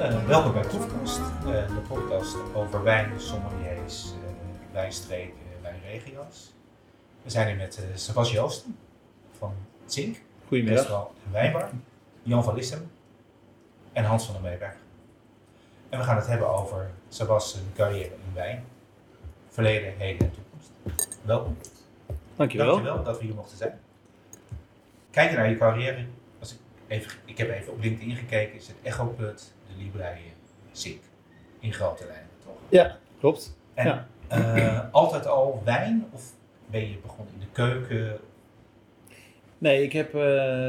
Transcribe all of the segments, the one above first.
Welkom bij Proefkast, de podcast over wijn, sommeliers, wijnstreken, wijnregio's. We zijn hier met Sebastiaan Joosten van Zink, Goedemiddag. Restaurant en Wijnbar, Jan van Lissem en Hans van der Meeberg. En we gaan het hebben over Sebastiaan's carrière in wijn, verleden, heden en toekomst. Welkom. Dankjewel dat we hier mochten zijn. Kijken naar je carrière. Ik heb even op LinkedIn gekeken, is het Echoput, de Libraaien, Zink. In grote lijnen, toch? Ja, klopt. En altijd al wijn of ben je begonnen in de keuken? Nee, ik heb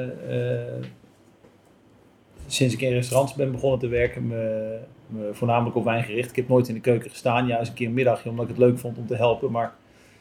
sinds ik in restaurants ben begonnen te werken me voornamelijk op wijn gericht. Ik heb nooit in de keuken gestaan. Ja, eens een keer een middagje omdat ik het leuk vond om te helpen, maar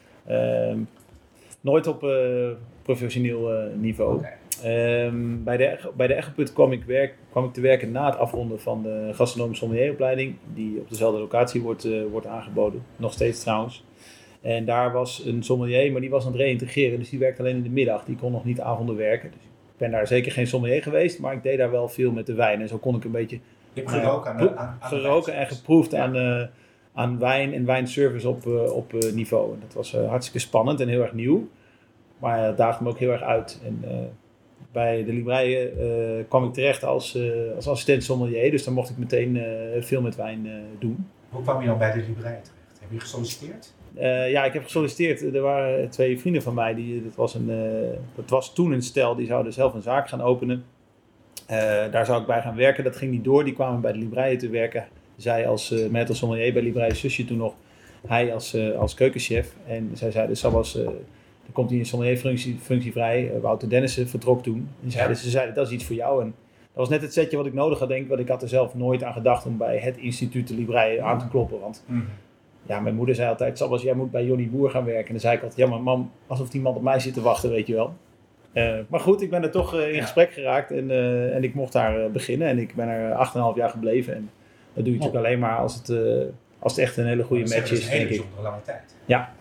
nooit op professioneel niveau. Okay. Bij de Echoput kwam ik te werken na het afronden van de gastronomische sommelieropleiding, die op dezelfde locatie wordt aangeboden, nog steeds trouwens. En daar was een sommelier, maar die was aan het reïntegreren, dus die werkte alleen in de middag, die kon nog niet avonden werken. Dus ik ben daar zeker geen sommelier geweest, maar ik deed daar wel veel met de wijn en zo kon ik een beetje Je hebt geroken en geproefd aan wijn en wijnservice op niveau. En dat was hartstikke spannend en heel erg nieuw, maar het daagde me ook heel erg uit. En bij de Libraaien kwam ik terecht als assistent sommelier, dus dan mocht ik meteen veel met wijn doen. Hoe kwam je dan bij de Libraaien terecht? Heb je gesolliciteerd? Ja, ik heb gesolliciteerd. Er waren twee vrienden van mij, dat was toen een stel, die zouden zelf een zaak gaan openen. Daar zou ik bij gaan werken, dat ging niet door. Die kwamen bij de Libraaien te werken. Zij als maître sommelier bij Libraaien zusje toen nog, hij als keukenchef. En zij zeiden, er komt hier een sommelierfunctie vrij. Wouter Dennissen vertrok toen. En ze zeiden, dat is iets voor jou. En dat was net het setje wat ik nodig had, denk ik. Want ik had er zelf nooit aan gedacht om bij het instituut de Libraaien aan te kloppen. Want ja, mijn moeder zei altijd, Sabas, jij moet bij Johnny Boer gaan werken. En dan zei ik altijd, ja maar mam, alsof die man op mij zit te wachten, weet je wel. Maar goed, ik ben er toch in gesprek geraakt en ik mocht daar beginnen. En ik ben er 8,5 jaar gebleven. En dat doe je natuurlijk alleen maar als het echt een hele goede match is, denk ik. Dat is een hele bijzondere lange tijd. Ja.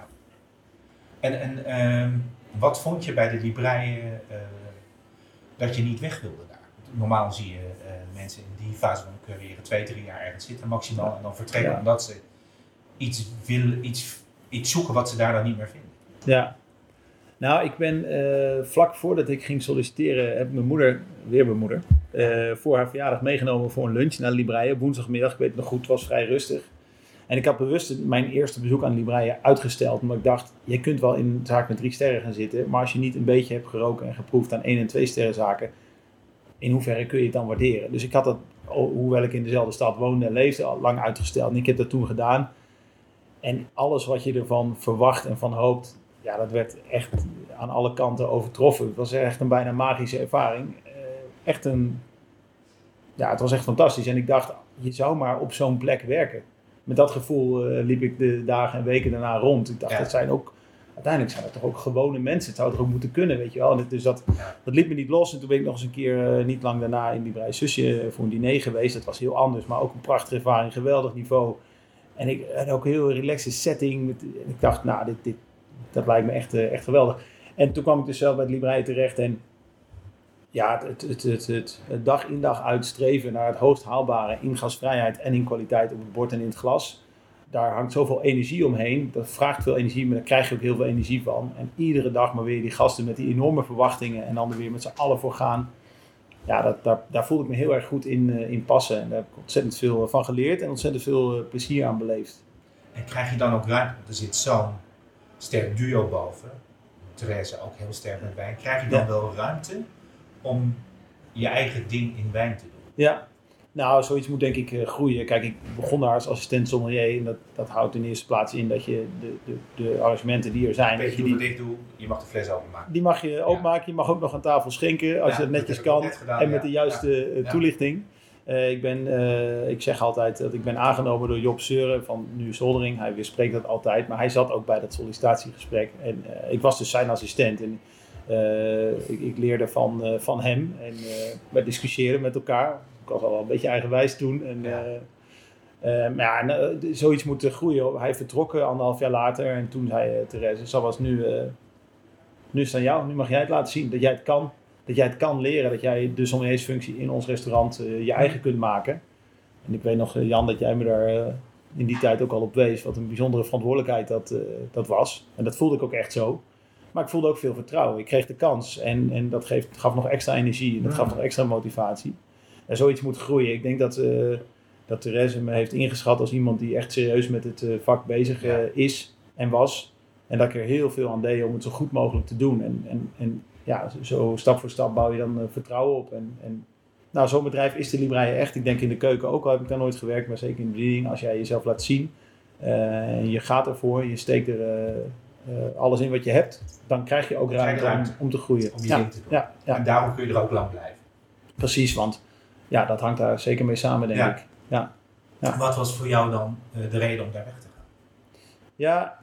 En wat vond je bij de Libraaien dat je niet weg wilde daar? Normaal zie je mensen in die fase van hun carrière 2-3 jaar ergens zitten maximaal en dan vertrekken omdat ze iets willen, iets zoeken wat ze daar dan niet meer vinden. Ja. Nou, ik ben vlak voordat ik ging solliciteren, heb mijn moeder, voor haar verjaardag meegenomen voor een lunch naar de Libraaien. Woensdagmiddag, ik weet het nog goed, het was vrij rustig. En ik had bewust mijn eerste bezoek aan de Libraaien uitgesteld. Omdat ik dacht, je kunt wel in een zaak met 3 sterren gaan zitten. Maar als je niet een beetje hebt geroken en geproefd aan 1 en 2 sterren zaken, in hoeverre kun je het dan waarderen? Dus ik had dat, hoewel ik in dezelfde stad woonde en leefde, al lang uitgesteld. En ik heb dat toen gedaan. En alles wat je ervan verwacht en van hoopt, ja, dat werd echt aan alle kanten overtroffen. Het was echt een bijna magische ervaring. Het was echt fantastisch. En ik dacht, je zou maar op zo'n plek werken. Met dat gevoel liep ik de dagen en weken daarna rond. Ik dacht, uiteindelijk zijn het toch ook gewone mensen. Het zou toch ook moeten kunnen, weet je wel. Dus dat liet me niet los. En toen ben ik nog eens een keer niet lang daarna in Libraaien zusje voor een diner geweest. Dat was heel anders, maar ook een prachtige ervaring, geweldig niveau. En ook een heel relaxed setting. En ik dacht, nou, dat lijkt me echt geweldig. En toen kwam ik dus zelf bij de Libraaien terecht. En ja, het dag in dag uit streven naar het hoogst haalbare in gasvrijheid en in kwaliteit op het bord en in het glas. Daar hangt zoveel energie omheen. Dat vraagt veel energie, maar daar krijg je ook heel veel energie van. En iedere dag maar weer die gasten met die enorme verwachtingen en dan er weer met z'n allen voor gaan. Ja, daar voelde ik me heel erg goed in passen. En daar heb ik ontzettend veel van geleerd en ontzettend veel plezier aan beleefd. En krijg je dan ook ruimte? Want er zit zo'n sterk duo boven. Therese ook heel sterk met wijn. Krijg je dan wel ruimte om je eigen ding in wijn te doen? Ja, nou, zoiets moet denk ik groeien. Kijk, ik begon daar als assistent sommelier en dat houdt in eerste plaats in dat je de arrangementen die er zijn. Weet je wat ik doe? Je mag de fles openmaken. Die mag je openmaken. Je mag ook nog aan tafel schenken als je dat netjes kan en met de juiste toelichting. Ik zeg altijd dat ik ben aangenomen door Job Seuren van Nu Zoldering. Hij weerspreekt dat altijd, maar hij zat ook bij dat sollicitatiegesprek. En ik was dus zijn assistent en ik leerde van hem en we discussiëren met elkaar. Ik was al wel een beetje eigenwijs toen. Zoiets moet groeien. Hij vertrok 1,5 jaar later en toen zei Therese, zoals nu is het aan jou, nu mag jij het laten zien dat jij het kan. Dat jij het kan leren, dat jij de sommeliersfunctie in ons restaurant je eigen kunt maken. En ik weet nog, Jan, dat jij me daar in die tijd ook al op wees. Wat een bijzondere verantwoordelijkheid dat was. En dat voelde ik ook echt zo. Maar ik voelde ook veel vertrouwen. Ik kreeg de kans en dat gaf nog extra energie. En dat gaf nog extra motivatie. En zoiets moet groeien. Ik denk dat Therese me heeft ingeschat als iemand die echt serieus met het vak bezig is en was. En dat ik er heel veel aan deed om het zo goed mogelijk te doen. En zo stap voor stap bouw je dan vertrouwen op. En zo'n bedrijf is de Libraïe echt. Ik denk in de keuken ook al heb ik daar nooit gewerkt, maar zeker in de bediening. Als jij jezelf laat zien en je gaat ervoor, je steekt er alles in wat je hebt, dan krijg je ook ruimte om te groeien. Om je ding te doen. Ja. En daarom kun je er ook lang blijven. Precies, want dat hangt daar zeker mee samen, denk ik. Ja. Wat was voor jou dan de reden om daar weg te gaan? Ja,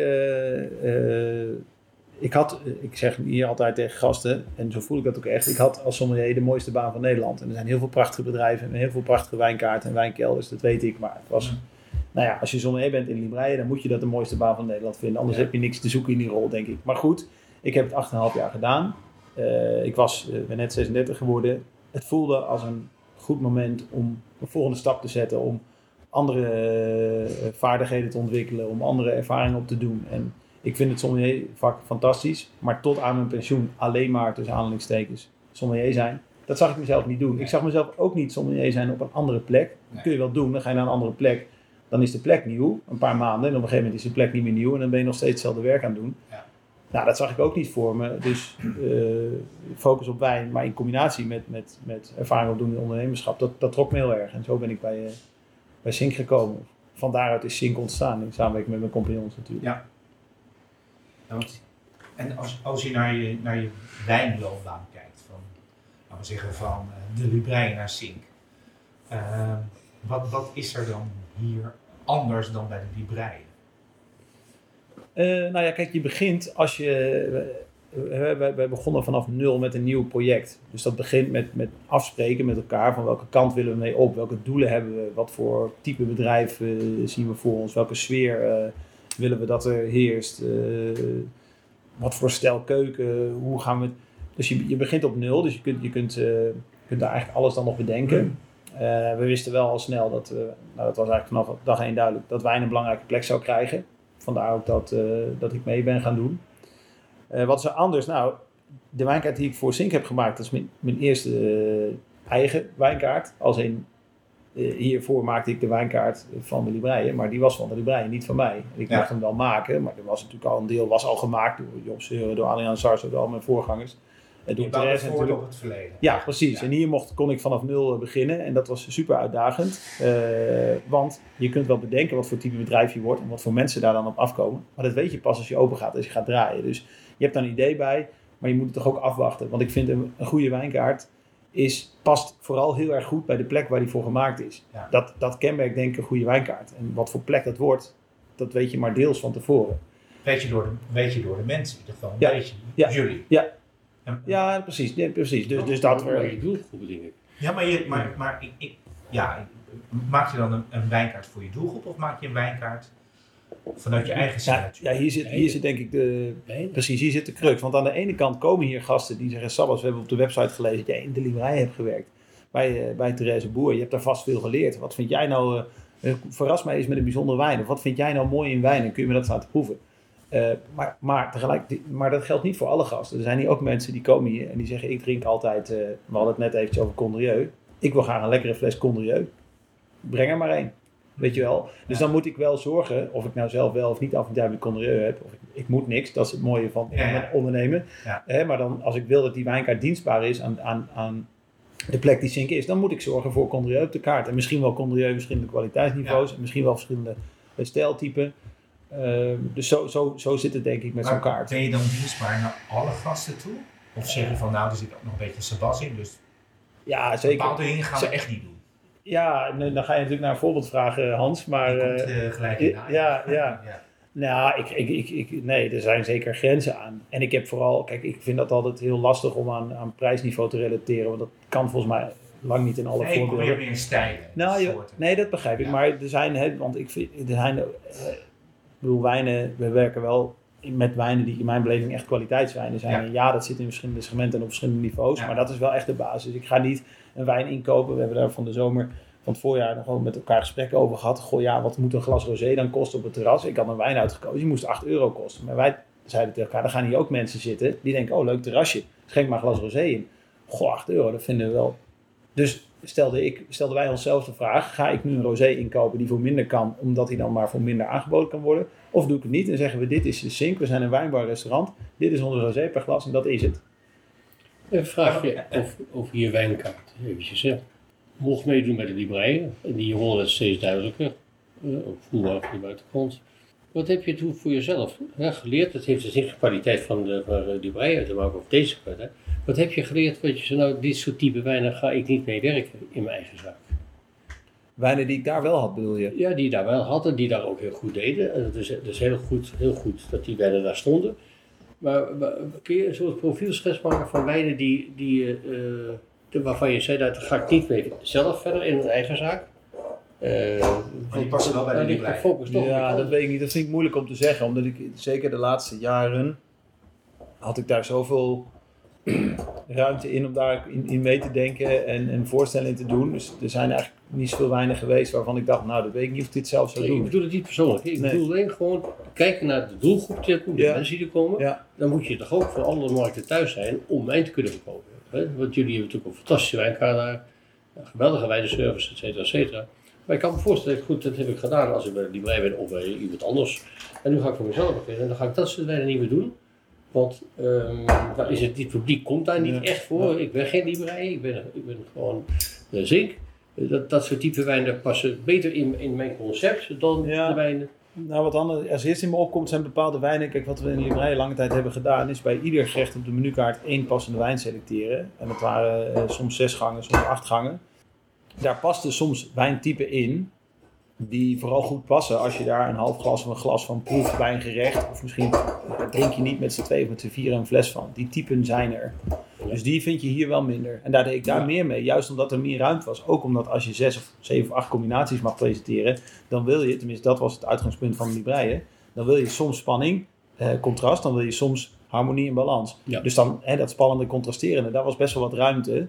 ik zeg hier altijd tegen gasten, en zo voel ik dat ook echt, ik had als sommelier de mooiste baan van Nederland. En er zijn heel veel prachtige bedrijven en heel veel prachtige wijnkaarten en wijnkelders, dat weet ik. Maar het was, als je sommelier bent in Libraïe, dan moet je dat de mooiste baan van Nederland vinden. Anders heb je niks te zoeken in die rol, denk ik. Maar goed, ik heb het 8,5 jaar gedaan. Ik ben net 36 geworden. Het voelde als een goed moment om een volgende stap te zetten, om andere vaardigheden te ontwikkelen, om andere ervaringen op te doen. En ik vind het sommeliervak fantastisch, maar tot aan mijn pensioen alleen maar tussen aanhalingstekens sommelier zijn. Dat zag ik mezelf niet doen. Ik zag mezelf ook niet sommelier zijn op een andere plek. Dat kun je wel doen, dan ga je naar een andere plek. Dan is de plek nieuw, een paar maanden. En op een gegeven moment is de plek niet meer nieuw. En dan ben je nog steeds hetzelfde werk aan het doen. Ja. Nou, dat zag ik ook niet voor me. Dus focus op wijn, maar in combinatie met ervaring opdoen in ondernemerschap. Dat trok me heel erg. En zo ben ik bij Sink gekomen. Van daaruit is Sink ontstaan. In samenwerking met mijn compagnons natuurlijk. Ja. En als je naar je wijnloopbaan kijkt, laten we zeggen van de Libraïe naar Sink. Wat is er dan hier anders dan bij de Libraïe? Kijk, je begint als je... Wij begonnen vanaf nul met een nieuw project. Dus dat begint met afspreken met elkaar van welke kant willen we mee op, welke doelen hebben we, wat voor type bedrijf zien we voor ons, welke sfeer willen we dat er heerst, wat voor stijl keuken, hoe gaan we... Dus je begint op nul, dus je kunt daar eigenlijk alles dan nog bedenken. We wisten wel al snel dat was eigenlijk vanaf dag 1 duidelijk, dat wijn een belangrijke plek zou krijgen. Vandaar ook dat ik mee ben gaan doen. Wat is er anders? Nou, de wijnkaart die ik voor Sink heb gemaakt, dat is mijn eerste eigen wijnkaart. Als in, hiervoor maakte ik de wijnkaart van de Libraïe, maar die was van de Libraïe, niet van mij. Ik mocht hem wel maken, maar er was natuurlijk al een deel was al gemaakt door Job Seuren, door Adriaan Sarso, door al mijn voorgangers. Je bouwde voort op het verleden. Ja, precies. Ja. En hier kon ik vanaf nul beginnen en dat was super uitdagend. Want je kunt wel bedenken wat voor type bedrijf je wordt en wat voor mensen daar dan op afkomen. Maar dat weet je pas als je open gaat, als je gaat draaien. Dus je hebt daar een idee bij, maar je moet het toch ook afwachten. Want ik vind een goede wijnkaart past vooral heel erg goed bij de plek waar die voor gemaakt is. Ja. Dat kenmerkt denk ik een goede wijnkaart. En wat voor plek dat wordt, dat weet je maar deels van tevoren. Weet je door de mensen, in ieder geval een beetje. Ja. Jullie. Ja, precies. Dus dat weer je doelgroep, denk ik. Ja, maar maak je dan een wijnkaart voor je doelgroep of maak je een wijnkaart vanuit je eigen sinuit? Ja, hier zit denk ik hier zit de crux. Want aan de ene kant komen hier gasten die zeggen, Sabbas, we hebben op de website gelezen dat jij in de Libraïe hebt gewerkt. Bij Therese Boer. Je hebt daar vast veel geleerd. Wat vind jij nou, verras mij eens met een bijzondere wijn. Of wat vind jij nou mooi in wijn en kun je me dat laten proeven? Maar dat geldt niet voor alle gasten. Er zijn hier ook mensen die komen hier en die zeggen, ik drink altijd, we hadden het net eventjes over Condrieu. Ik wil graag een lekkere fles Condrieu. Breng er maar één. Weet je wel? Dus dan moet ik wel zorgen, of ik nou zelf wel of niet af en toe met Condrieu heb. Of ik moet niks, dat is het mooie van ondernemen. Ja. Maar dan, als ik wil dat die wijnkaart dienstbaar is aan de plek die Sink is, dan moet ik zorgen voor Condrieu op de kaart. En misschien wel Condrieu verschillende kwaliteitsniveaus. En misschien wel verschillende stijltypen. Dus zo zit het denk ik met zo'n kaart. Ben je dan dienstbaar naar alle gasten toe? Of zeg je van nou, er zit ook nog een beetje Sabas in, dus ja, zeker. Bepaalde dingen gaan we echt niet doen. Ja, dan ga je natuurlijk naar een voorbeeld vragen, Hans. Maar gelijk in ja. Nou, nee, er zijn zeker grenzen aan. En ik heb vooral, kijk, ik vind dat altijd heel lastig om aan prijsniveau te relateren. Want dat kan volgens mij lang niet in alle voorbeelden. Ik probeer meer in stijlen. Nee, dat begrijp ik. Ja. Maar er zijn, want ik vind, wijnen, we werken wel met wijnen die in mijn beleving echt kwaliteitswijnen zijn. Ja. En ja, dat zit in verschillende segmenten en op verschillende niveaus. Ja. Maar dat is wel echt de basis. Ik ga niet een wijn inkopen. We hebben daar van de zomer van het voorjaar nog wel met elkaar gesprekken over gehad. Goh, ja, wat moet een glas rosé dan kosten op het terras? Ik had een wijn uitgekozen, die moest €8 kosten. Maar wij zeiden tegen elkaar, daar gaan hier ook mensen zitten die denken, oh, leuk terrasje, schenk maar een glas rosé in. Goh, €8, dat vinden we wel. Dus stelden wij onszelf de vraag, ga ik nu een rosé inkopen die voor minder kan, omdat hij dan maar voor minder aangeboden kan worden? Of doe ik het niet en zeggen we, dit is de Sink, we zijn een wijnbar restaurant, dit is onze rosé per glas en dat is het. Een vraagje over je wijnkaart. Eventjes, hè. Mocht meedoen bij de libraaien, en die rollen het steeds duidelijker, ook vroeger op de buitengrond. Wat heb je toen voor jezelf geleerd? Dat heeft dus niet de kwaliteit van de libraaien te maken, of deze kwaliteit. Wat heb je geleerd, wat je zo nou, dit soort type wijnen ga ik niet mee werken in mijn eigen zaak? Wijnen die ik daar wel had, bedoel je? Ja, die je daar wel had en die daar ook heel goed deden. En dat is heel goed dat die wijnen daar stonden. Maar kun je een soort profielschets maken van wijnen waarvan je zei, dat ga ik niet mee zelf verder in mijn eigen zaak? Maar die passen wel bij de libraaien. Focus toch? Ja, dat weet ik niet. Dat vind ik moeilijk om te zeggen. Omdat ik zeker de laatste jaren had ik daar zoveel ruimte in om daar in mee te denken en voorstellen in te doen. Dus er zijn eigenlijk niet zoveel wijnen geweest waarvan ik dacht, nou, dat weet ik niet of ik dit zelf zou doen. Ik bedoel het niet persoonlijk. Ik bedoel alleen gewoon kijken naar de doelgroep die er komt, de mensen die er komen. Ja. Dan moet je toch ook voor alle markten thuis zijn om wijn te kunnen verkopen. Want jullie hebben natuurlijk een fantastische wijnkaart daar, een geweldige wijnservice, et cetera, et cetera. Maar ik kan me voorstellen, goed, dat heb ik gedaan als ik bij de libraai ben of bij iemand anders. En nu ga ik voor mezelf beginnen en dan ga ik dat soort wijnen niet meer doen. Want daar is het publiek komt daar niet echt voor. Ja. Ik ben geen libraai, ik ben gewoon Zink. Dat soort type wijnen passen beter in mijn concept dan de wijnen. Nou, wat dan als eerst in me opkomt zijn bepaalde wijnen. Kijk, wat we in de libraai lange tijd hebben gedaan, is bij ieder gerecht op de menukaart 1 passende wijn selecteren. En dat waren soms 6 gangen, soms 8 gangen. Daar paste soms wijntypen in die vooral goed passen als je daar een half glas of een glas van proeft bij een gerecht. Of misschien drink je niet met z'n 2 of met z'n 4 een fles van. Die typen zijn er. Dus die vind je hier wel minder. En daar deed ik daar meer mee, juist omdat er meer ruimte was. Ook omdat als je 6 of 7 of 8 combinaties mag presenteren, dan wil je, tenminste dat was het uitgangspunt van de libraïen, dan wil je soms spanning, contrast, dan wil je soms harmonie en balans. Ja. Dus dan dat spannende contrasterende, daar was best wel wat ruimte.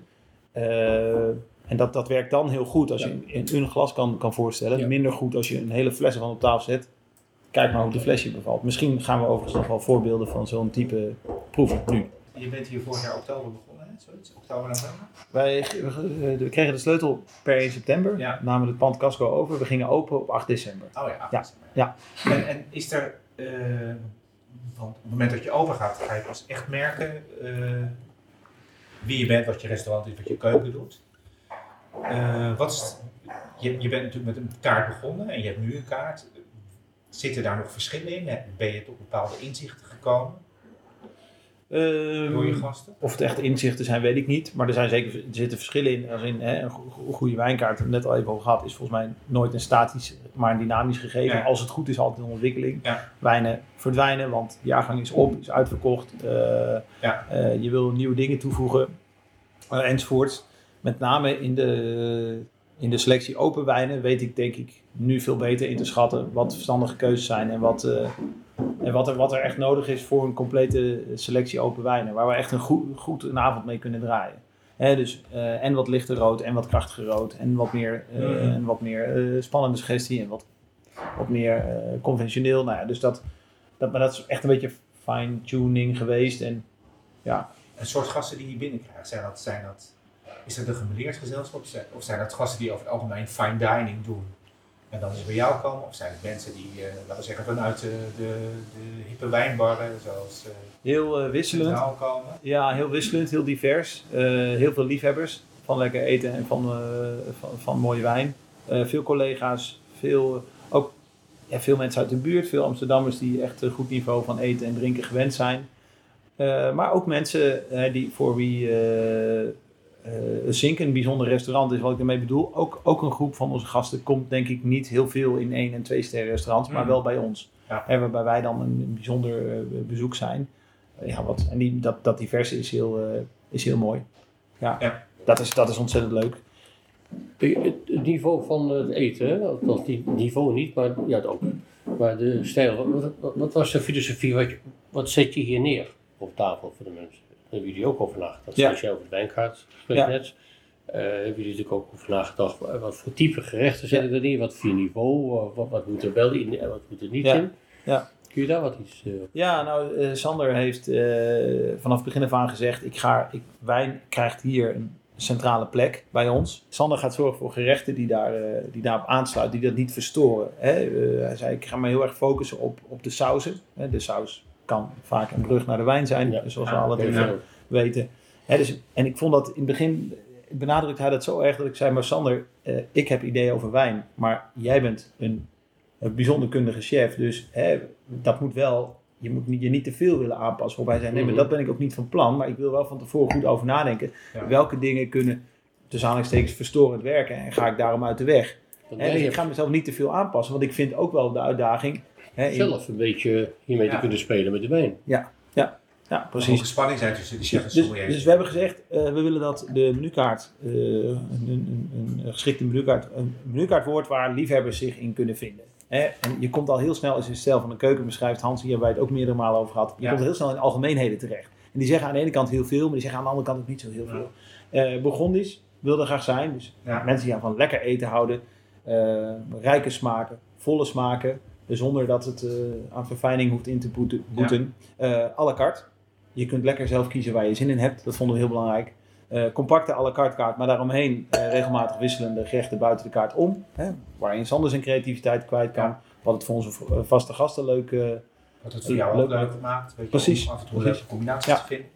En dat werkt dan heel goed als je in een glas kan voorstellen. Ja. Minder goed als je een hele fles ervan op tafel zet. Kijk maar hoe de flesje bevalt. Misschien gaan we overigens nog wel voorbeelden van zo'n type proeven nu. Je bent hier vorig jaar oktober begonnen, hè? Zoiets? Oktober, november? We kregen de sleutel per 1 september. Namen het pand Casco over. We gingen open op 8 december. Oh ja, 8 december. Ja. En is er, want op het moment dat je open gaat, ga je pas echt merken wie je bent, wat je restaurant is, wat je keuken doet. Je bent natuurlijk met een kaart begonnen en je hebt nu een kaart. Zitten daar nog verschillen in? Ben je tot bepaalde inzichten gekomen? Door je gasten? Of het echt inzichten zijn, weet ik niet. Maar er zitten verschillen in. Als in een goede wijnkaart, we net al even over gehad, is volgens mij nooit een statisch, maar een dynamisch gegeven. Ja. Als het goed is, altijd een ontwikkeling. Ja. Wijnen verdwijnen, want de jaargang is op, is uitverkocht. Je wil nieuwe dingen toevoegen, enzovoorts. Met name in de selectie open wijnen weet ik denk ik nu veel beter in te schatten wat verstandige keuzes zijn en wat er echt nodig is voor een complete selectie open wijnen. Waar we echt goed een avond mee kunnen draaien. Dus en wat lichter rood en wat krachtiger rood en wat meer spannende suggestie en wat meer conventioneel. Nou ja, dus dat is echt een beetje fine-tuning geweest. En, ja. Een soort gasten die je binnenkrijgt, is dat een gemêleerd gezelschap of zijn dat gasten die over het algemeen fine dining doen en dan bij jou komen? Of zijn het mensen die, laten we zeggen, vanuit de hippe wijnbarren zoals heel wisselend komen? Ja, heel wisselend, heel divers. Heel veel liefhebbers van lekker eten en van mooie wijn. Veel collega's, veel mensen uit de buurt, veel Amsterdammers die echt een goed niveau van eten en drinken gewend zijn. Maar ook mensen voor wie Zink een bijzonder restaurant is, wat ik daarmee bedoel. Ook een groep van onze gasten komt denk ik niet heel veel in 1- en 2-sterren restaurants, maar wel bij ons. Ja. Waarbij wij dan een bijzonder bezoek zijn. Dat diverse is heel mooi. Ja. Dat is ontzettend leuk. Het niveau van het eten, althans het niveau niet, maar ja, het ook. Maar de stijl, wat was de filosofie, wat zet je hier neer op tafel voor de mensen? Daar hebben jullie ook over nagedacht. Dat zei je over de wijnkaart, net. Hebben jullie natuurlijk ook over nagedacht, wat voor type gerechten zitten erin, wat voor niveau, wat moet er wel in en wat moet er niet in? Ja. Kun je daar wat iets... Ja, nou, Sander heeft vanaf het begin af aan gezegd, wijn krijgt hier een centrale plek bij ons. Sander gaat zorgen voor gerechten die daarop aansluiten, die dat niet verstoren. Hij zei, ik ga me heel erg focussen op de sauzen. De saus kan vaak een brug naar de wijn zijn, zoals we alle drie weten. En ik vond dat in het begin, benadrukte hij dat zo erg dat ik zei, maar Sander, ik heb ideeën over wijn, maar jij bent een bijzonder kundige chef, dus dat moet wel, je moet je niet te veel willen aanpassen. Waarbij hij zei, nee, maar dat ben ik ook niet van plan, maar ik wil wel van tevoren goed over nadenken. Ja. Welke dingen kunnen tussen aanhalingstekens verstorend werken en ga ik daarom uit de weg. Dus ik ga mezelf niet te veel aanpassen, want ik vind ook wel de uitdaging. Zelf een beetje hiermee te kunnen spelen met de wijn. Ja, precies. Er moet spanning zijn tussen de chef en sommelier. Dus we hebben gezegd, we willen dat de menukaart, een geschikte menukaart, een menukaart wordt waar liefhebbers zich in kunnen vinden. En je komt al heel snel, als je de stijl van een keuken beschrijft, Hans, hier hebben wij het ook meerdere malen over gehad. Je komt heel snel in algemeenheden terecht. En die zeggen aan de ene kant heel veel, maar die zeggen aan de andere kant ook niet zo heel veel. Bourgondisch wil er graag zijn. Dus mensen die van lekker eten houden, rijke smaken, volle smaken, zonder dat het aan verfijning hoeft in te boeten. À la carte. Je kunt lekker zelf kiezen waar je zin in hebt. Dat vonden we heel belangrijk. Compacte à la carte kaart, maar daaromheen regelmatig wisselende gerechten buiten de kaart om. Waarin Sander zijn creativiteit kwijt kan. Wat het voor onze vaste gasten leuk wat het voor jou ook leuk maakt. Weet je, precies. Om af en toe een leuke combinatie te vinden.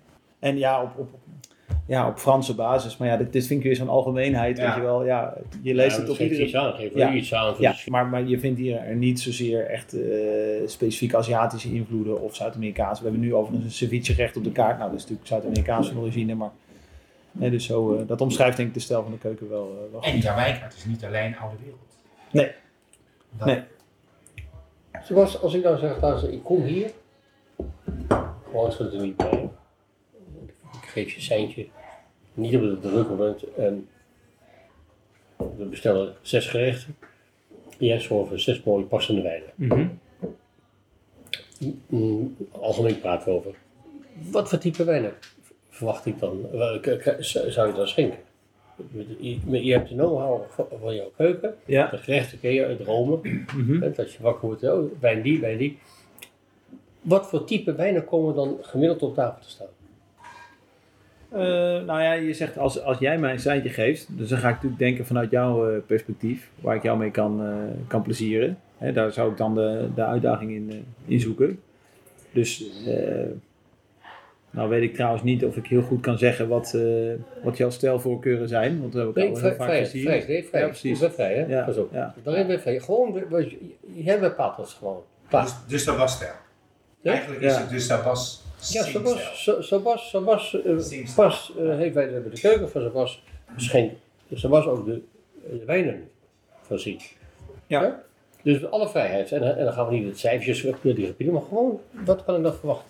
En op Franse basis. Maar dit vind ik weer zo'n algemeenheid. Weet je wel. Ja, je leest het op iedere... iets aan. Maar je vindt hier er niet zozeer echt specifiek Aziatische invloeden of Zuid-Amerikaanse. We hebben nu overigens een ceviche gerecht op de kaart. Nou, dat is natuurlijk Zuid-Amerikaanse origine, maar... dus zo, dat omschrijft denk ik de stijl van de keuken wel goed. En jouw wijnkaart is niet alleen oude wereld. Nee. Zoals als ik nou zeg, ik kom hier, gewoon het er niet bij. Ik geef je een seintje, niet op de druk bent en we bestellen 6 gerechten. En jij zorgt voor 6 mooie passende wijnen. Algemeen praten we over. Wat voor type wijnen verwacht ik dan? Zou je dan schenken? Je hebt de know-how van jouw keuken, de gerechten ken je, het romen, dat je wakker wordt, wijn die. Wat voor type wijnen komen dan gemiddeld op tafel te staan? Nou ja, je zegt als jij mij een seintje geeft, dus dan ga ik natuurlijk denken vanuit jouw perspectief, waar ik jou mee kan plezieren. Daar zou ik dan de uitdaging in zoeken. Dus... Nou weet ik trouwens niet of ik heel goed kan zeggen wat jouw stijlvoorkeuren zijn. Want we hebben ook al heel vaak gezien. Vrij. Ja, precies. Je bent vrij, hè? Ja, pas op. Ja. Dan ben je vrij. Gewoon, jij bepaalt dat gewoon. Dus dat was stijl. Ja? Eigenlijk is het dus dat was Sabas heeft wij de keuken van Sabas geschenkt. Dus Sabas ook de wijnen voorzien. Ja. Dus alle vrijheid. En dan gaan we niet het cijfertjes die maar gewoon, wat kan ik dan verwachten?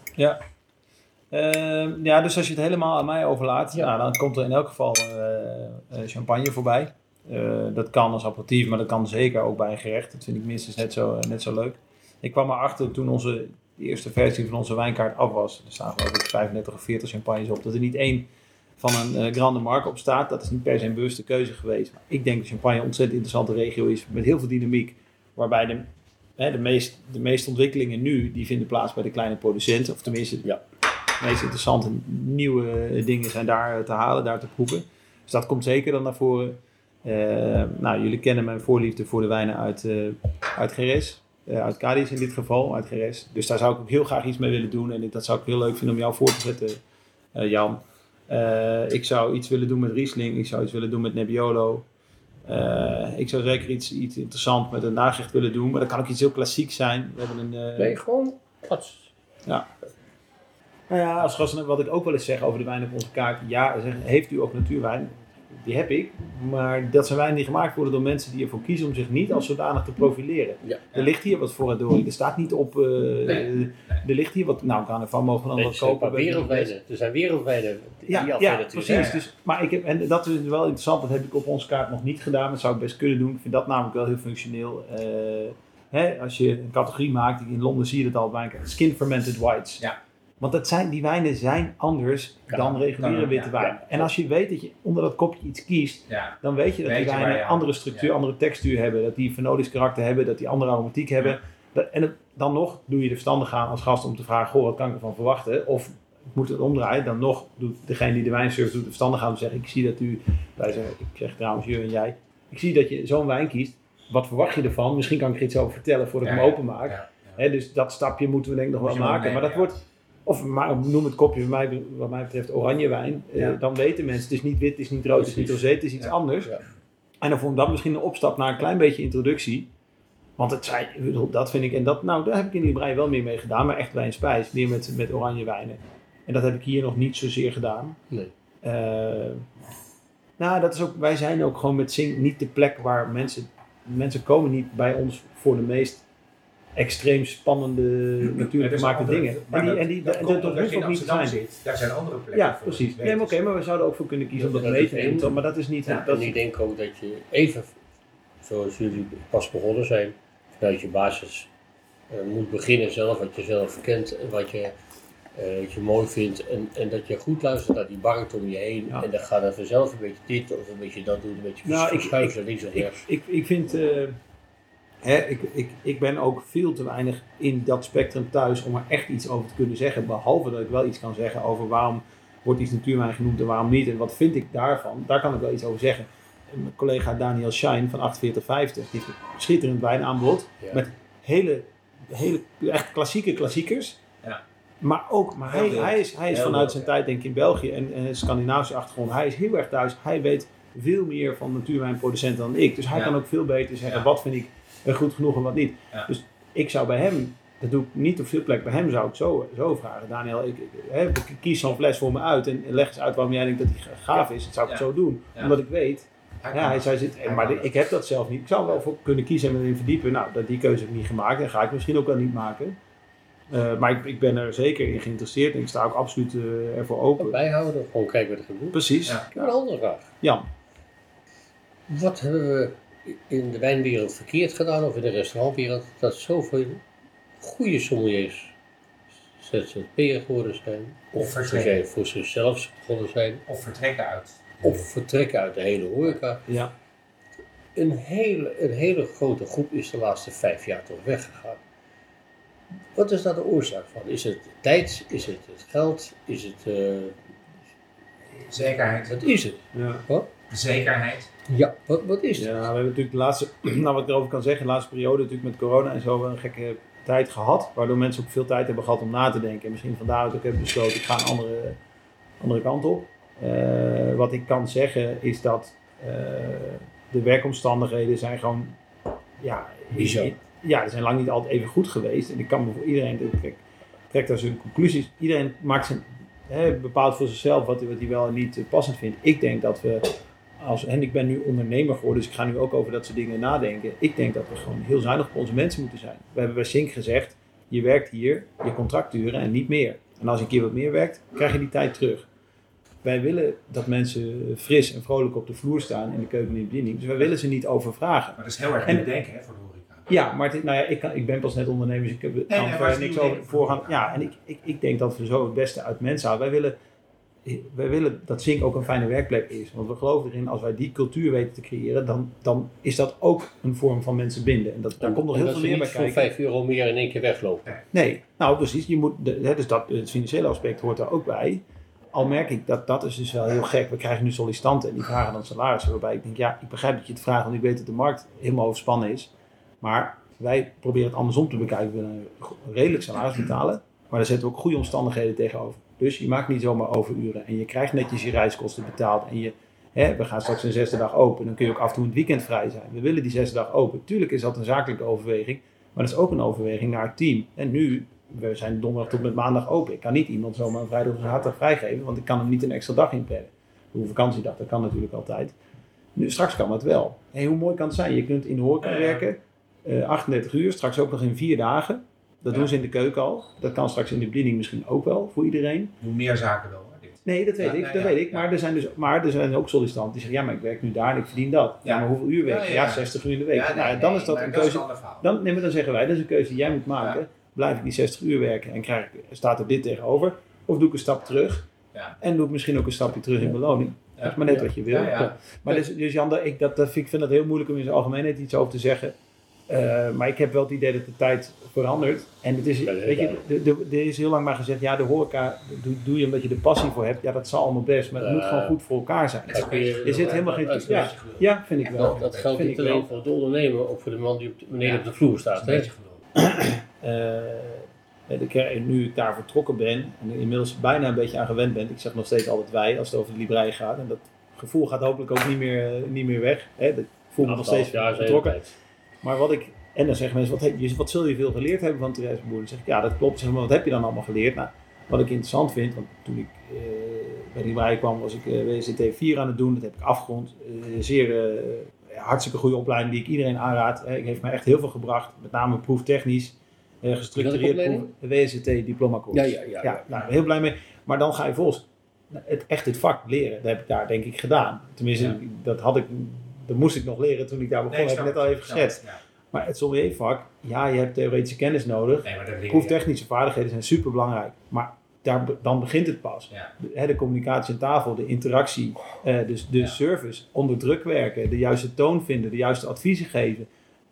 Ja. Dus als je het helemaal aan mij overlaat, dan komt er in elk geval champagne voorbij. Dat kan als aperitief, maar dat kan zeker ook bij een gerecht. Dat vind ik minstens net zo leuk. Ik kwam erachter toen de eerste versie van onze wijnkaart af was. Er staan geloof ik 35 of 40 champagnes op. Dat er niet één van een Grande Marque op staat. Dat is niet per se een bewuste keuze geweest. Maar ik denk dat champagne een ontzettend interessante regio is met heel veel dynamiek. Waarbij de meeste ontwikkelingen nu, die vinden plaats bij de kleine producenten. Of tenminste, de meest interessante nieuwe dingen zijn daar te halen, daar te proeven. Dus dat komt zeker dan naar voren. Jullie kennen mijn voorliefde voor de wijnen uit Jerez. Uit Cádiz in dit geval, uit Jerez. Dus daar zou ik ook heel graag iets mee willen doen. En dat zou ik heel leuk vinden om jou voor te zetten, Jan. Ik zou iets willen doen met Riesling. Ik zou iets willen doen met Nebbiolo. Ik zou zeker iets interessants met een nagerecht willen doen. Maar dat kan ook iets heel klassieks zijn. We hebben gewoon pats. Ja. Nou ja, als gasten, wat ik ook wel eens zeg over de wijn op onze kaart. Ja, heeft u ook natuurwijn? Die heb ik. Maar dat zijn wijnen die gemaakt worden door mensen die ervoor kiezen om zich niet als zodanig te profileren. Ja. Er ligt hier wat voor het door. Er staat niet op... Er ligt hier wat... Nou, Carnaval mogen we dan wat kopen. Wereldwijnen. Er zijn wereldwijnen die precies. Dus, maar en dat is wel interessant. Dat heb ik op onze kaart nog niet gedaan. Dat zou ik best kunnen doen. Ik vind dat namelijk wel heel functioneel. Als je een categorie maakt. In Londen zie je dat al bij skin fermented whites. Ja. Want die wijnen zijn anders dan reguliere witte wijn. En als je weet dat je onder dat kopje iets kiest, dan weet je dat die wijnen een andere structuur, andere textuur hebben. Dat die fenolisch karakter hebben, dat die andere aromatiek hebben. En dan nog doe je er verstandig aan als gast om te vragen, goh, wat kan ik ervan verwachten? Of moet het omdraaien? Dan nog doet degene die de wijnservice doet er verstandig aan om te zeggen, ik zie dat ik zeg trouwens je en jij, ik zie dat je zo'n wijn kiest. Wat verwacht je ervan? Misschien kan ik er iets over vertellen voordat ik hem openmaak. Dus dat stapje moeten we denk ik nog wel maken. Maar dat wordt, noem het kopje wat mij betreft oranje wijn. Dan weten mensen, het is niet wit, het is niet rood, het is niet rosé, het is iets anders. Ja. En dan vond ik dat misschien een opstap naar een klein beetje introductie. Want dat vind ik, en daar heb ik in die brei wel meer mee gedaan. Maar echt wijn spijs, meer met oranje wijnen. En dat heb ik hier nog niet zozeer gedaan. Nee. Dat is ook, wij zijn ook gewoon met Zink niet de plek waar mensen komen niet bij ons voor de meest extreem spannende natuurlijk gemaakte dingen. Dat hoeft ook niet te zijn. Daar zijn andere plekken voor. Ja, precies. Nee, maar we zouden ook voor kunnen kiezen om dat mee te nemen. Maar dat is niet... En ik denk ook dat je even, zoals jullie pas begonnen zijn, vanuit je basis moet beginnen zelf, wat je zelf kent en wat je mooi vindt. En dat je goed luistert naar die barret om je heen. Ja. En dan gaat er vanzelf een beetje dit of een beetje dat doen, een beetje verschuiven links of rechts. Ik vind... Ik ben ook veel te weinig in dat spectrum thuis om er echt iets over te kunnen zeggen. Behalve dat ik wel iets kan zeggen over waarom wordt iets natuurwijn genoemd en waarom niet. En wat vind ik daarvan? Daar kan ik wel iets over zeggen. Mijn collega Daniel Schein van 4850 die heeft een schitterend wijnaanbod. Ja. Met hele echt klassiekers. Ja. Maar hij is vanuit zijn tijd denk ik in België en Scandinavische achtergrond. Hij is heel erg thuis. Hij weet veel meer van natuurwijnproducenten dan ik. Dus hij kan ook veel beter zeggen wat vind ik goed genoeg en wat niet. Ja. Dus ik zou bij hem, dat doe ik niet op veel plekken, bij hem zou ik zo vragen. Daniel, ik kies zo'n fles voor me uit en leg eens uit waarom jij denkt dat hij gaaf is. Dat zou ik zo doen. Ja. Omdat ik weet, ik heb dat zelf niet. Ik zou wel voor kunnen kiezen en me erin verdiepen. Nou, die keuze heb ik niet gemaakt en ga ik misschien ook wel niet maken. Maar ik ben er zeker in geïnteresseerd en ik sta ook absoluut ervoor open. Bijhouden, gewoon kijken wat er gebeurt. Precies. Ja. Ik heb een andere vraag. Ja. Wat hebben we in de wijnwereld verkeerd gedaan of in de restaurantwereld dat zoveel goede sommeliers ZZP'er geworden zijn of voor zichzelf begonnen zijn of vertrekken uit de hele horeca. Ja. Een hele grote groep is de laatste 5 jaar toch weggegaan. Wat is daar de oorzaak van? Is het tijd? Is het geld? Is het zekerheid? Wat is het? Ja. Wat? Zekerheid. Ja, wat is het? Ja, we hebben natuurlijk de laatste, wat ik erover kan zeggen, de laatste periode natuurlijk met corona en zo een gekke tijd gehad. Waardoor mensen ook veel tijd hebben gehad om na te denken. En misschien vandaar ook hebben besloten, ik ga een andere kant op. Wat ik kan zeggen is dat de werkomstandigheden zijn gewoon, die zijn lang niet altijd even goed geweest. En ik kan me voor iedereen, trekt daar zijn conclusies. Iedereen maakt bepaalt voor zichzelf wat hij wel en niet passend vindt. Ik denk dat we, en ik ben nu ondernemer geworden, dus ik ga nu ook over dat soort dingen nadenken. Ik denk dat we gewoon heel zuinig op onze mensen moeten zijn. We hebben bij Zink gezegd, je werkt hier, je contracturen en niet meer. En als je een keer wat meer werkt, krijg je die tijd terug. Wij willen dat mensen fris en vrolijk op de vloer staan in de keuken en in de bediening. Dus wij willen ze niet overvragen. Maar dat is heel erg in denken voor de horeca. Ja, maar ik ben pas net ondernemer, dus ik heb er niks over voorgaan. Ja, en ik denk dat we zo het beste uit mensen halen. Wij willen dat Zink ook een fijne werkplek is. Want we geloven erin, als wij die cultuur weten te creëren, dan is dat ook een vorm van mensen binden. En daar komt nog heel veel meer bij kijken. Voor €5 meer in één keer weglopen. Nee, nou precies. Dus het financiële aspect hoort daar ook bij. Al merk ik dat is dus wel heel gek. We krijgen nu sollicitanten en die vragen dan salarissen. Waarbij ik denk, ik begrijp dat je het vraagt, want ik weet dat de markt helemaal overspannen is. Maar wij proberen het andersom te bekijken. We willen een redelijk salaris betalen, maar daar zetten we ook goede omstandigheden tegenover. Dus je maakt niet zomaar overuren en je krijgt netjes je reiskosten betaald. En we gaan straks een 6e dag open, dan kun je ook af en toe het weekend vrij zijn. We willen die 6e dag open. Tuurlijk is dat een zakelijke overweging, maar dat is ook een overweging naar het team. En nu, we zijn donderdag tot met maandag open. Ik kan niet iemand zomaar een vrijdag of een zaterdag vrijgeven, want ik kan hem niet een extra dag inplannen. Een vakantiedag, dat kan natuurlijk altijd. Nu, straks kan dat wel. Hoe mooi kan het zijn? Je kunt in de horeca werken. 38 uur, straks ook nog in 4 dagen. Dat doen ze in de keuken al. Dat kan straks in de bediening misschien ook wel voor iedereen. Hoe meer zaken wel. Nee, dat weet ik. Maar er zijn ook sollicitanten die zeggen, maar ik werk nu daar en ik verdien dat. Ja, maar hoeveel uur werk je? 60 uur in de week. Dan is dat een keuze. Dan zeggen wij, dat is een keuze die jij moet maken. blijf ik die 60 uur werken en staat er dit tegenover? Of doe ik een stap terug en doe ik misschien ook een stapje terug in beloning? Dat is maar net wat je wil. Maar dus Jan, ik vind dat heel moeilijk om in zijn algemeenheid iets over te zeggen. Maar ik heb wel het idee dat de tijd verandert. En het is, weet je, er is heel lang maar gezegd, de horeca doe je omdat je er passie voor hebt. Ja, dat zal allemaal best, maar het moet gewoon goed voor elkaar zijn. Er zit helemaal geen... Ja, vind ik wel. Dat geldt niet alleen voor de ondernemer, ook voor de man die beneden op de vloer staat. Nu ik daar vertrokken ben en inmiddels bijna een beetje aan gewend ben, ik zeg nog steeds altijd wij als het over de librei gaat. En dat gevoel gaat hopelijk ook niet meer weg. Ik voel me nog steeds vertrokken. Maar en dan zeggen mensen, wat zul je veel geleerd hebben van Therese Boer? Dan zeg ik, ja dat klopt, zeg maar, wat heb je dan allemaal geleerd? Nou, wat ik interessant vind, want toen ik bij de librei kwam was ik WSDT 4 aan het doen, dat heb ik afgerond. Hartstikke goede opleiding die ik iedereen aanraad. Ik heeft mij echt heel veel gebracht, met name proeftechnisch. Gestructureerd proef, WSDT diploma-course. Ja, nou, heel blij mee. Maar dan ga je volgens het vak leren. Dat heb ik daar denk ik gedaan. Tenminste, dat moest ik nog leren toen ik daar begon. Heb ik net al even geschetst. Ja. Maar het sommeliervak, je hebt theoretische kennis nodig. Proeftechnische vaardigheden zijn super belangrijk. Maar dan begint het pas. Ja. De communicatie aan tafel, de interactie, de service, onder druk werken, de juiste toon vinden, de juiste adviezen geven.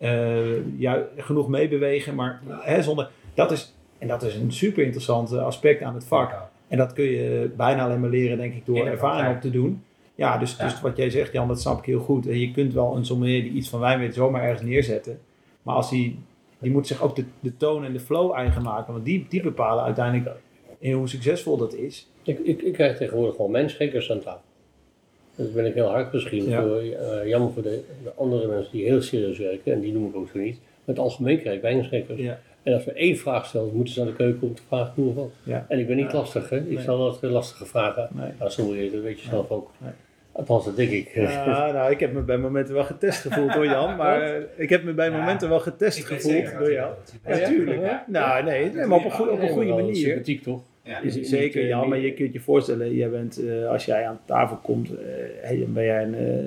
Genoeg meebewegen, maar zonder... Dat is een super interessant aspect aan het vak. En dat kun je bijna alleen maar leren, denk ik, door ervaring op te doen. Ja, dus wat jij zegt, Jan, dat snap ik heel goed. En je kunt wel een sommelier die iets van wijn weet zomaar ergens neerzetten. Maar als die moet zich ook de toon en de flow eigen maken. Want die bepalen uiteindelijk hoe succesvol dat is. Ik krijg tegenwoordig gewoon mijnschenkers aan tafel. Dus ben ik heel hard misschien. Jammer voor de andere mensen die heel serieus werken. En die noem ik ook zo niet. Maar het algemeen krijg ik wijnschenkers. Ja. En als we één vraag stellen, moeten ze aan de keuken om te vragen hoe of wat. Ja. En ik ben niet lastig, hè. Ik stel altijd lastige vragen. Dat weet je zelf ook. Nee. Althans, dat denk ik. Ik heb me bij momenten wel getest gevoeld door Jan. Maar ik heb me bij momenten wel getest gevoeld door jou. Natuurlijk. Ja. Nou, nee, maar op een goede manier. Sympathiek, toch? Ja, zeker, Jan, maar je kunt je voorstellen, jij bent, als jij aan tafel komt, ben jij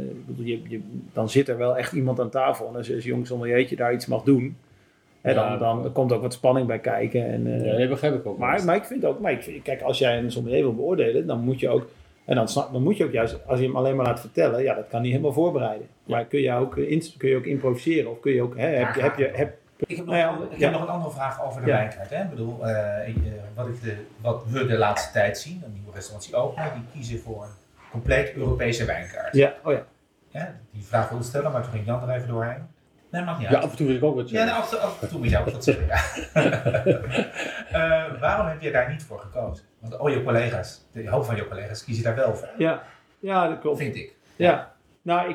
dan zit er wel echt iemand aan tafel. En als jong sommeliertje daar iets mag doen, dan komt ook wat spanning bij kijken. En, dat begrijp ik ook. Maar ik vind ook, kijk, als jij een sommelier wil beoordelen, dan moet je ook, dan moet je ook juist, als je hem alleen maar laat vertellen, dat kan niet helemaal voorbereiden. Maar kun je ook improviseren of kun je ook, Ik heb nog een andere vraag over de wijnkaart. Hè? Ik bedoel, wat we de laatste tijd zien, een nieuwe restauratie openen, die kiezen voor een compleet Europese wijnkaart. Ja, die vraag wilde stellen, maar toen ging Jan er even doorheen. Nee, mag niet uit. Ja, af en toe wil ik ook wat zeggen. Ja, af en toe moet je ook wat zeggen. Waarom heb je daar niet voor gekozen? Want de hoop van je collega's kiezen daar wel voor. Ja, dat klopt. Vind ik. Ja, nou,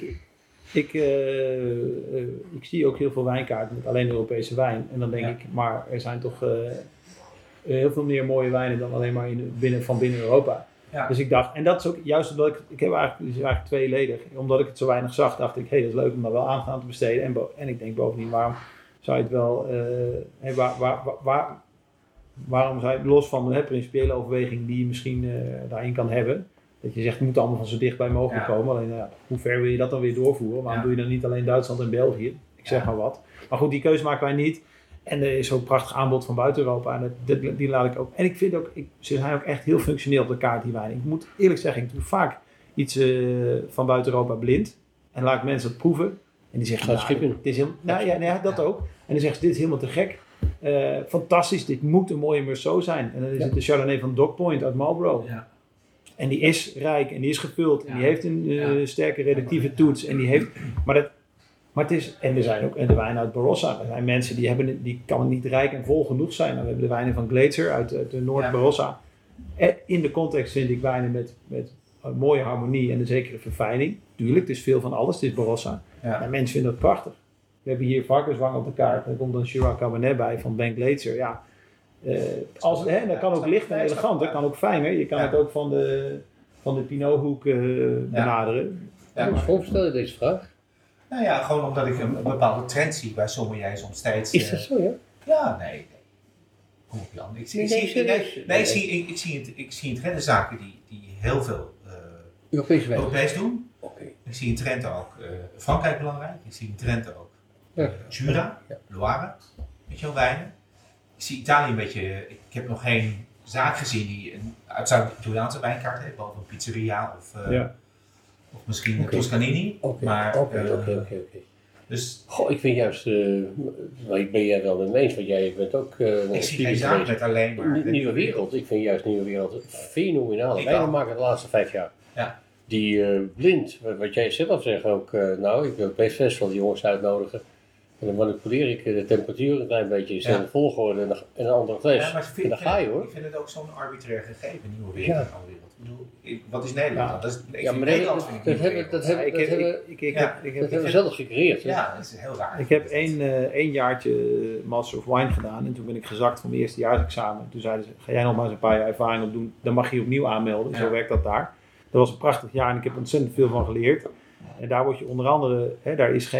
ik zie ook heel veel wijnkaarten met alleen Europese wijn. En dan denk ik, maar er zijn toch heel veel meer mooie wijnen dan alleen maar binnen Europa. Ja. Dus ik dacht, en dat is ook juist omdat ik heb eigenlijk tweeledig. Omdat ik het zo weinig zag, dacht ik, dat is leuk om daar wel aandacht aan te besteden. En ik denk bovendien, waarom zou je het wel, waarom zou je, los van de principiële overweging die je misschien daarin kan hebben. Dat je zegt, het moet allemaal van zo dichtbij mogelijk komen. Alleen, hoe ver wil je dat dan weer doorvoeren? Waarom doe je dan niet alleen Duitsland en België? Ik zeg maar wat. Maar goed, die keuze maken wij niet. En er is ook prachtig aanbod van buiten Europa. En die laat ik ook. En ik vind ook, ze zijn ook echt heel functioneel op de kaart, die wijn. Ik moet eerlijk zeggen, ik doe vaak iets van buiten Europa blind. En laat ik mensen dat proeven. En die zeggen, dit is helemaal, dat ook. En dan zeggen ze, dit is helemaal te gek. Fantastisch, dit moet een mooie Meursault zijn. En dan is het de Chardonnay van Dock Point uit Marlborough. Ja. En die is rijk en die is gevuld. En die heeft een sterke redactieve toets. En die heeft... Maar het is... En er zijn ook de wijnen uit Barossa. Er zijn mensen die kan niet rijk en vol genoeg zijn. Nou, we hebben de wijnen van Glaetzer uit de Noord-Barossa. In de context vind ik wijnen met een mooie harmonie en een zekere verfijning. Tuurlijk, het is veel van alles. Het is Barossa. Ja. Maar mensen vinden dat prachtig. We hebben hier varkenswang op de kaart. Er komt een Shiraz Cabernet bij van Ben Glaetzer. Ja. Dat kan ook licht en elegant, dat kan ook fijner. Je kan het ook van de Pinothoek benaderen. Ja, maar waarom stel je deze vraag? Nou ja, gewoon omdat ik een bepaalde trend zie bij sommeliers om steeds... Is dat zo, ja? Ja, nee. Kom op Jan. Ik zie in trend de zaken die heel veel Europees doen. Okay. Ik zie in trend ook Frankrijk belangrijk. Ik zie in trend ook Jura, Loire, weet je wel, wijnen. zie Italië een beetje... Ik heb nog geen zaak gezien die een Zuid-Italiaanse wijnkaart heeft, behalve een pizzeria of misschien een Toscanini. Oké. Dus, ik vind juist, ik ben jij wel met me eens, want jij bent ook... ik zie geen zaak met alleen maar... Nieuwe Wereld, ik vind juist Nieuwe Wereld fenomenale wijnen maken de laatste 5 jaar. Ja. Die blind, wat jij zelf zegt ook, ik wil best festival die jongens uitnodigen. En dan manipuleer ik de temperatuur een klein beetje, is in de volgorde en een andere fles. Ja, maar en dan ga je hoor. Ik vind het ook zo'n arbitrair gegeven, Nieuwe Wereld en Oude Wereld. Ik bedoel, wat is Nederland? Dat hebben we zelf gecreëerd. Ja, dat is heel raar. Ik heb één jaartje Master of Wine gedaan en toen ben ik gezakt van mijn eerstejaarsexamen. Toen zeiden ze, ga jij nog maar eens een paar jaar ervaring opdoen, dan mag je je opnieuw aanmelden. Zo werkt dat daar. Dat was een prachtig jaar en ik heb ontzettend veel van geleerd. En daar word je onder andere, daar is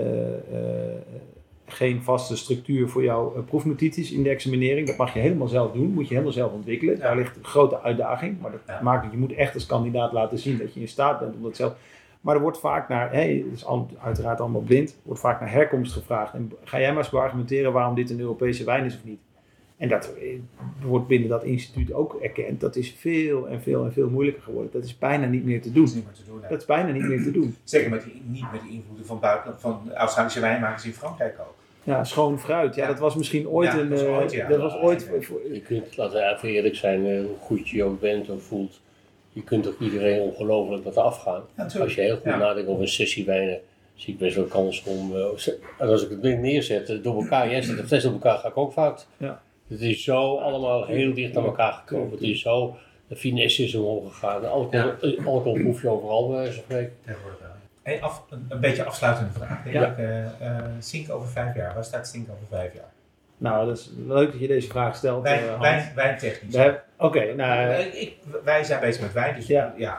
geen vaste structuur voor jouw proefnotities in de examinering. Dat mag je helemaal zelf doen, moet je helemaal zelf ontwikkelen. Daar ligt een grote uitdaging, maar dat maakt dat je moet echt als kandidaat laten zien dat je in staat bent om dat zelf... Maar er wordt vaak naar, het is uiteraard allemaal blind, wordt vaak naar herkomst gevraagd. En ga jij maar eens beargumenteren waarom dit een Europese wijn is of niet? En dat wordt binnen dat instituut ook erkend. Dat is veel en veel moeilijker geworden. Dat is bijna niet meer te doen. Dat is bijna niet meer te doen. Zeker niet met die invloeden van buitenland, van Australische wijnmakers in Frankrijk ook. Ja, schoon fruit. Ja, dat was misschien ooit Je kunt, laten we even eerlijk zijn, hoe goed je ook bent of voelt. Je kunt toch iedereen ongelooflijk laten afgaan. Ja, als je heel goed nadenkt over een sessie wijnen, zie ik best wel kans om... als ik het ding neerzet, door elkaar, jij zet de fles door elkaar, ga ik ook fout. Ja. Het is zo allemaal heel dicht aan elkaar gekomen. Het is zo, de finesse is omhoog gegaan. De alcohol proef je overal, bij wijze van spreken. Hey, een beetje afsluitende vraag. Sink over 5 jaar. Waar staat Sink over 5 jaar? Nou, dat is leuk dat je deze vraag stelt. Wijntechnisch. Wij zijn bezig met wijn, dus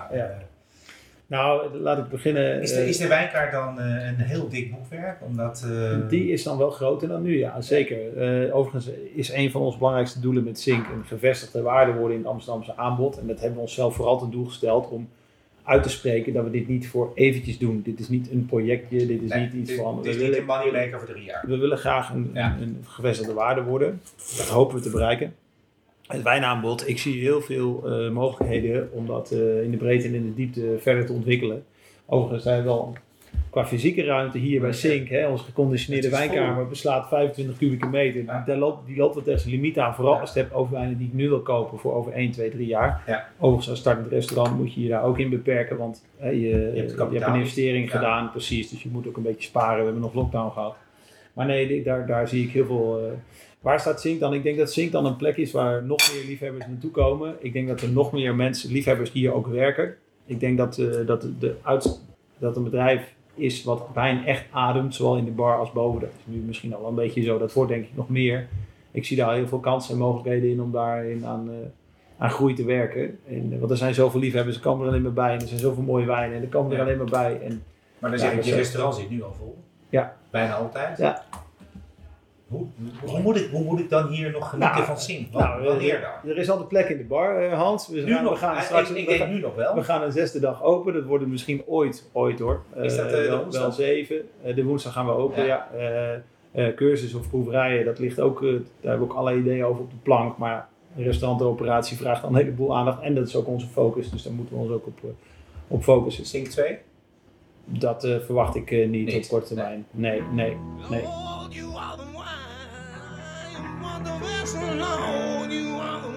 Nou, laat ik beginnen. Is de wijnkaart dan een heel dik boekwerk? Omdat, Die is dan wel groter dan nu, ja, zeker. Overigens is een van onze belangrijkste doelen met Sink een gevestigde waarde worden in het Amsterdamse aanbod. En dat hebben we onszelf vooral ten doel gesteld om uit te spreken dat we dit niet voor eventjes doen. Dit is niet een projectje, dit is niet iets van... Dit is niet een moneymaker voor 3 jaar. We willen graag een gevestigde waarde worden. Dat hopen we te bereiken. Het wijnaanbod, ik zie heel veel mogelijkheden om dat in de breedte en in de diepte verder te ontwikkelen. Overigens zijn we wel qua fysieke ruimte hier bij Sink, onze geconditioneerde wijnkamer beslaat 25 kubieke meter. Ja. Die loopt wat tegen zijn limiet aan, vooral als je het hebt over wijnen die ik nu wil kopen voor over 1, 2, 3 jaar. Ja. Overigens als startend restaurant moet je je daar ook in beperken, want je hebt een investering gedaan, precies, dus je moet ook een beetje sparen. We hebben nog lockdown gehad. Maar nee, daar zie ik heel veel... Waar staat Sink dan? Ik denk dat Sink dan een plek is waar nog meer liefhebbers naartoe komen. Ik denk dat er nog meer liefhebbers hier ook werken. Ik denk dat een bedrijf is wat wijn echt ademt, zowel in de bar als boven. Dat is nu misschien al een beetje zo. Dat wordt denk ik nog meer. Ik zie daar heel veel kansen en mogelijkheden in om daarin aan groei te werken. Want er zijn zoveel liefhebbers, er komen er alleen maar bij. En er zijn zoveel mooie wijnen en er komen er alleen maar bij. Maar dan zeg ik, je restaurant zit nu al vol. Ja. Bijna altijd. Ja. Hoe moet ik dan hier nog genieten van Sink? Wanneer dan? Er is altijd plek in de bar, Hans. Ik denk nu nog wel. We gaan een 6e dag open. Dat worden misschien ooit hoor. Is dat de woensdag? Wel 7. De woensdag gaan we open, ja. Cursus of proeverijen, dat ligt ook, daar hebben we ook allerlei ideeën over op de plank. Maar de restaurantoperatie vraagt dan een heleboel aandacht. En dat is ook onze focus, dus daar moeten we ons ook op focussen. Sink 2? Dat verwacht ik niet op korte termijn. Nee. Lord, you are the